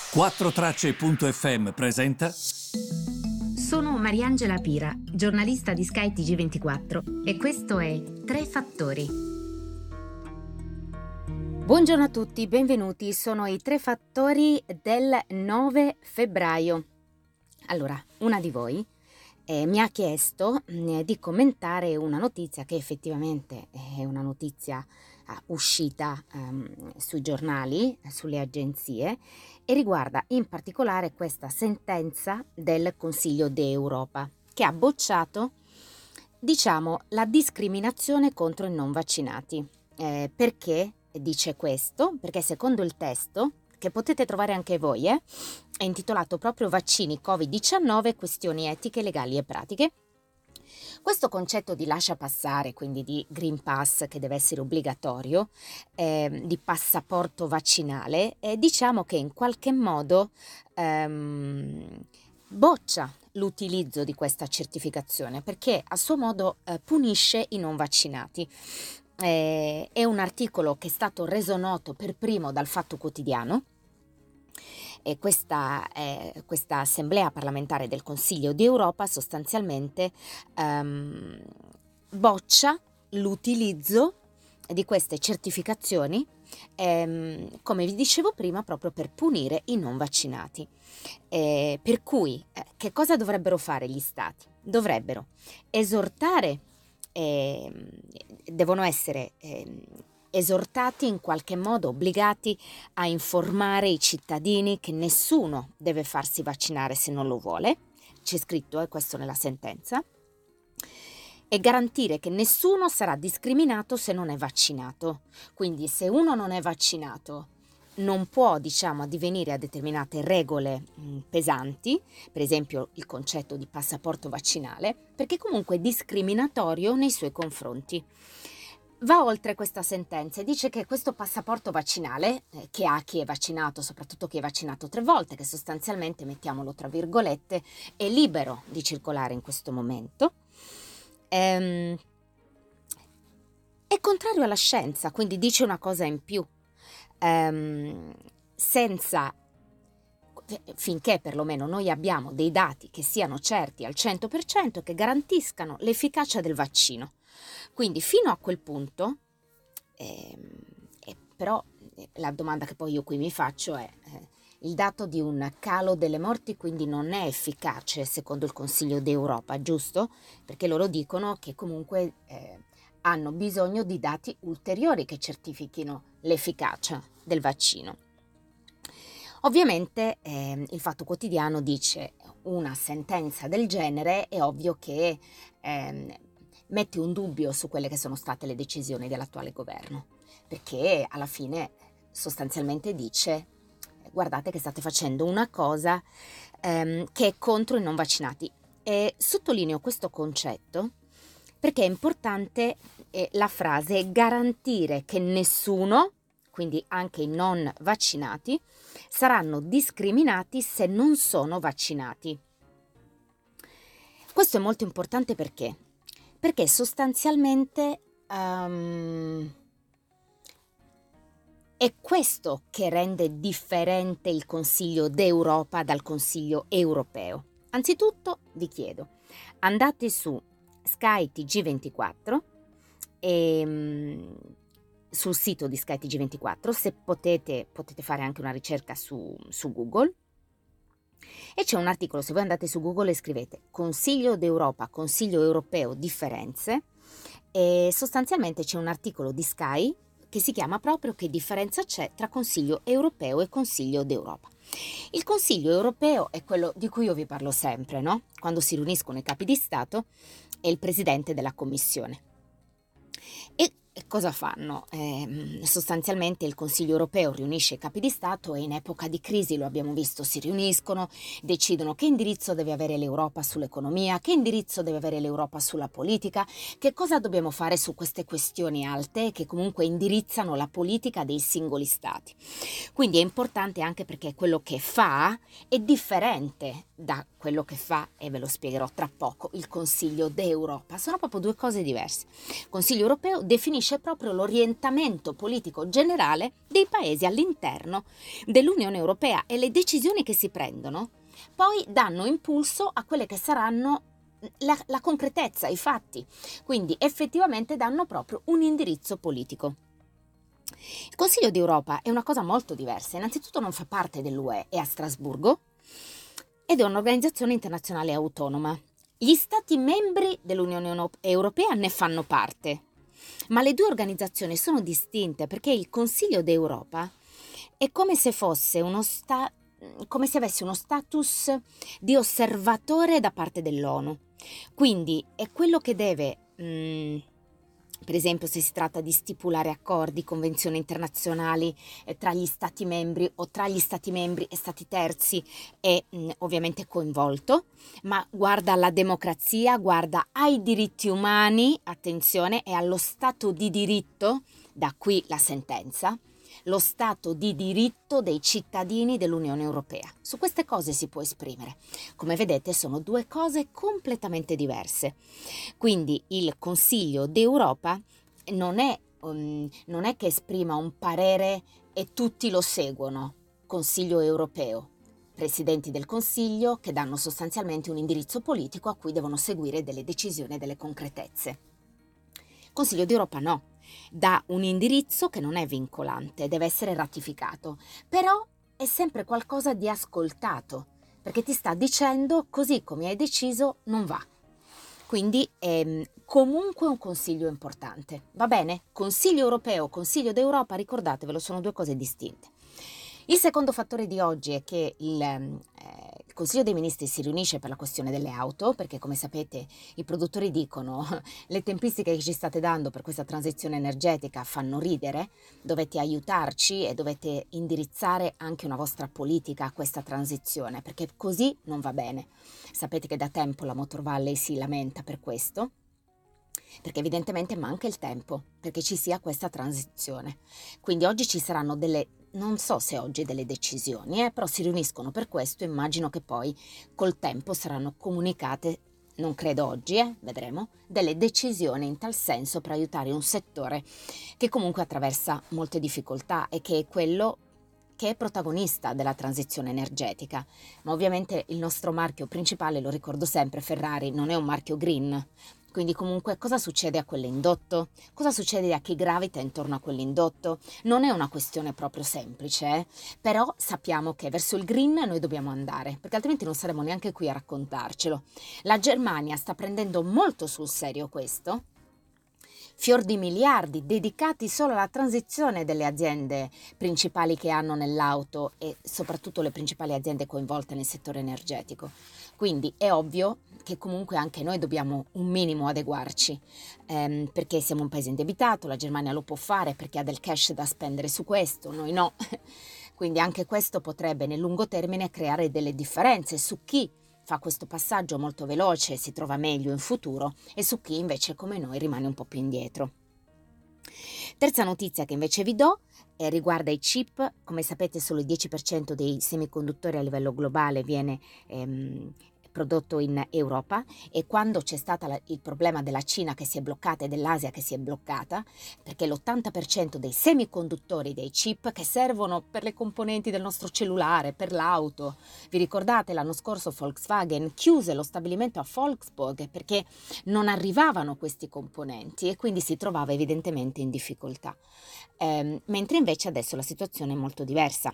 4Tracce.fm presenta. Sono Mariangela Pira, giornalista di Sky TG24 e questo è Tre Fattori. Buongiorno a tutti, benvenuti. Sono i Tre Fattori del 9 febbraio. Allora, una di voi mi ha chiesto di commentare una notizia che effettivamente è una notizia uscita sui giornali, sulle agenzie, e riguarda in particolare questa sentenza del Consiglio d'Europa che ha bocciato, la discriminazione contro i non vaccinati. Perché dice questo? Perché secondo il testo, che potete trovare anche voi, è intitolato proprio Vaccini Covid-19, questioni etiche, legali e pratiche. Questo concetto di lascia passare, quindi di Green Pass che deve essere obbligatorio, di passaporto vaccinale, diciamo che in qualche modo boccia l'utilizzo di questa certificazione perché a suo modo punisce i non vaccinati. È un articolo che è stato reso noto per primo dal Fatto Quotidiano. E questa assemblea parlamentare del Consiglio d'Europa sostanzialmente boccia l'utilizzo di queste certificazioni, come vi dicevo prima, proprio per punire i non vaccinati. Per cui, che cosa dovrebbero fare gli Stati? Dovrebbero esortare, devono essere esortati in qualche modo, obbligati a informare i cittadini che nessuno deve farsi vaccinare se non lo vuole, c'è scritto questo nella sentenza, e garantire che nessuno sarà discriminato se non è vaccinato. Quindi se uno non è vaccinato non può, addivenire a determinate regole pesanti, per esempio il concetto di passaporto vaccinale, perché comunque è discriminatorio nei suoi confronti. Va oltre questa sentenza e dice che questo passaporto vaccinale, che ha chi è vaccinato, soprattutto chi è vaccinato 3 volte, che sostanzialmente, mettiamolo tra virgolette, è libero di circolare in questo momento, è contrario alla scienza, quindi dice una cosa in più, finché perlomeno noi abbiamo dei dati che siano certi al 100%, che garantiscano l'efficacia del vaccino. Quindi fino a quel punto, però la domanda che poi io qui mi faccio è, il dato di un calo delle morti quindi non è efficace secondo il Consiglio d'Europa, giusto? Perché loro dicono che comunque hanno bisogno di dati ulteriori che certifichino l'efficacia del vaccino. Ovviamente il Fatto Quotidiano dice una sentenza del genere è ovvio che mette un dubbio su quelle che sono state le decisioni dell'attuale governo, perché alla fine sostanzialmente dice guardate che state facendo una cosa che è contro i non vaccinati. E sottolineo questo concetto perché è importante la frase garantire che nessuno, quindi anche i non vaccinati, saranno discriminati se non sono vaccinati. Questo è molto importante perché sostanzialmente è questo che rende differente il Consiglio d'Europa dal Consiglio europeo. Anzitutto vi chiedo, andate su Sky TG24 e sul sito di Sky TG24, se potete fare anche una ricerca su Google, e c'è un articolo, se voi andate su Google e scrivete Consiglio d'Europa, Consiglio europeo, differenze, e sostanzialmente c'è un articolo di Sky che si chiama proprio Che differenza c'è tra Consiglio europeo e Consiglio d'Europa. Il Consiglio europeo è quello di cui io vi parlo sempre, no? Quando si riuniscono i capi di Stato e il presidente della Commissione. E cosa fanno? Sostanzialmente il Consiglio europeo riunisce i capi di Stato e in epoca di crisi, lo abbiamo visto, si riuniscono, decidono che indirizzo deve avere l'Europa sull'economia, che indirizzo deve avere l'Europa sulla politica, che cosa dobbiamo fare su queste questioni alte che comunque indirizzano la politica dei singoli Stati. Quindi è importante anche perché quello che fa è differente da quello che fa, e ve lo spiegherò tra poco, il Consiglio d'Europa. Sono proprio due cose diverse. Il Consiglio europeo definisce proprio l'orientamento politico generale dei paesi all'interno dell'Unione Europea, e le decisioni che si prendono poi danno impulso a quelle che saranno la concretezza, i fatti, quindi effettivamente danno proprio un indirizzo politico. Il Consiglio d'Europa è una cosa molto diversa. Innanzitutto non fa parte dell'UE, è a Strasburgo ed è un'organizzazione internazionale autonoma. Gli Stati membri dell'Unione Europea ne fanno parte, ma le due organizzazioni sono distinte, perché il Consiglio d'Europa è come se fosse come se avesse uno status di osservatore da parte dell'ONU. Quindi è quello che deve, per esempio se si tratta di stipulare accordi, convenzioni internazionali tra gli Stati membri o tra gli Stati membri e Stati terzi, è ovviamente coinvolto, ma guarda alla democrazia, guarda ai diritti umani, attenzione, e allo Stato di diritto, da qui la sentenza, lo Stato di diritto dei cittadini dell'Unione Europea. Su queste cose si può esprimere. Come vedete sono due cose completamente diverse. Quindi il Consiglio d'Europa non è che esprima un parere e tutti lo seguono. Consiglio europeo, presidenti del Consiglio che danno sostanzialmente un indirizzo politico a cui devono seguire delle decisioni e delle concretezze. Consiglio d'Europa no, dà un indirizzo che non è vincolante, deve essere ratificato, però è sempre qualcosa di ascoltato, perché ti sta dicendo così come hai deciso non va. Quindi è comunque un consiglio importante, va bene? Consiglio europeo, Consiglio d'Europa, ricordatevelo, sono due cose distinte. Il secondo fattore di oggi è che il Consiglio dei Ministri si riunisce per la questione delle auto, perché come sapete i produttori dicono le tempistiche che ci state dando per questa transizione energetica fanno ridere, dovete aiutarci e dovete indirizzare anche una vostra politica a questa transizione, perché così non va bene. Sapete che da tempo la Motor Valley si lamenta per questo, perché evidentemente manca il tempo perché ci sia questa transizione. Quindi oggi ci saranno non so se oggi delle decisioni, però si riuniscono per questo, immagino che poi col tempo saranno comunicate, non credo oggi, vedremo, delle decisioni in tal senso per aiutare un settore che comunque attraversa molte difficoltà e che è quello che è protagonista della transizione energetica. Ma ovviamente il nostro marchio principale, lo ricordo sempre, Ferrari, non è un marchio green. Quindi comunque cosa succede a quell'indotto? Cosa succede a chi gravita intorno a quell'indotto? Non è una questione proprio semplice, però sappiamo che verso il green noi dobbiamo andare, perché altrimenti non saremo neanche qui a raccontarcelo. La Germania sta prendendo molto sul serio questo. Fior di miliardi dedicati solo alla transizione delle aziende principali che hanno nell'auto e soprattutto le principali aziende coinvolte nel settore energetico. Quindi è ovvio che comunque anche noi dobbiamo un minimo adeguarci, perché siamo un paese indebitato, la Germania lo può fare perché ha del cash da spendere su questo, noi no. Quindi anche questo potrebbe nel lungo termine creare delle differenze su chi fa questo passaggio molto veloce e si trova meglio in futuro e su chi invece come noi rimane un po' più indietro. Terza notizia che invece vi do riguarda i chip. Come sapete solo il 10% dei semiconduttori a livello globale viene prodotto in Europa, e quando c'è stato il problema della Cina che si è bloccata e dell'Asia che si è bloccata, perché l'80% dei semiconduttori, dei chip che servono per le componenti del nostro cellulare, per l'auto, vi ricordate l'anno scorso Volkswagen chiuse lo stabilimento a Wolfsburg perché non arrivavano questi componenti e quindi si trovava evidentemente in difficoltà, mentre invece adesso la situazione è molto diversa.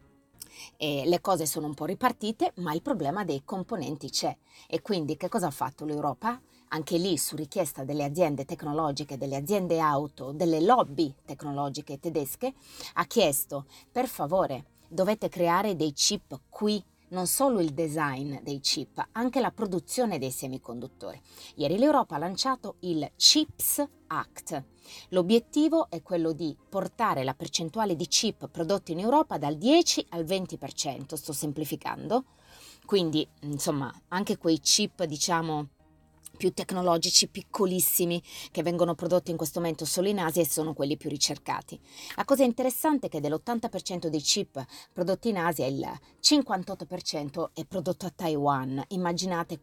Le cose sono un po' ripartite, ma il problema dei componenti c'è. E quindi che cosa ha fatto l'Europa? Anche lì, su richiesta delle aziende tecnologiche, delle aziende auto, delle lobby tecnologiche tedesche, ha chiesto: per favore, dovete creare dei chip qui, non solo il design dei chip, anche la produzione dei semiconduttori. Ieri l'Europa ha lanciato il CHIPS Act. L'obiettivo è quello di portare la percentuale di chip prodotti in Europa dal 10 al 20%, sto semplificando, quindi insomma anche quei chip diciamo più tecnologici, piccolissimi, che vengono prodotti in questo momento solo in Asia e sono quelli più ricercati. La cosa interessante è che dell'80% dei chip prodotti in Asia il 58% è prodotto a Taiwan. Immaginate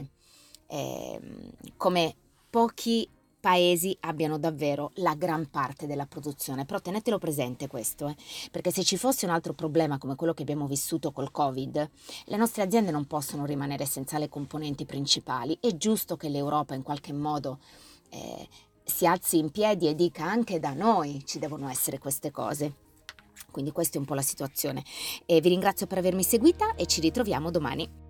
come pochi paesi abbiano davvero la gran parte della produzione, però tenetelo presente questo, perché se ci fosse un altro problema come quello che abbiamo vissuto col Covid, le nostre aziende non possono rimanere senza le componenti principali. È giusto che l'Europa in qualche modo si alzi in piedi e dica anche da noi ci devono essere queste cose. Quindi questa è un po' la situazione. E vi ringrazio per avermi seguita e ci ritroviamo domani.